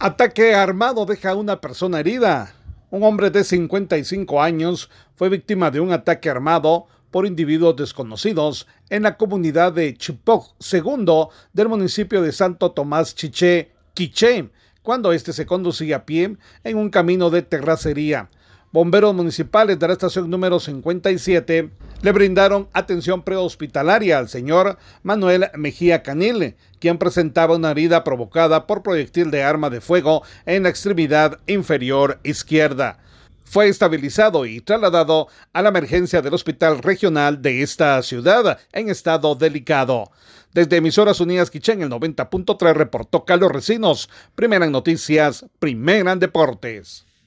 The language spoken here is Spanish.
Ataque armado deja a una persona herida. Un hombre de 55 años fue víctima de un ataque armado por individuos desconocidos en la comunidad de Chipoc II del municipio de Santo Tomás Chiché, Quiché, cuando este se conducía a pie en un camino de terracería. Bomberos municipales de la estación número 57 le brindaron atención prehospitalaria al señor Manuel Mejía Canil, quien presentaba una herida provocada por proyectil de arma de fuego en la extremidad inferior izquierda. Fue estabilizado y trasladado a la emergencia del Hospital Regional de esta ciudad en estado delicado. Desde Emisoras Unidas Quiché en el 90.3 reportó Carlos Recinos. Primera en noticias, primera en deportes.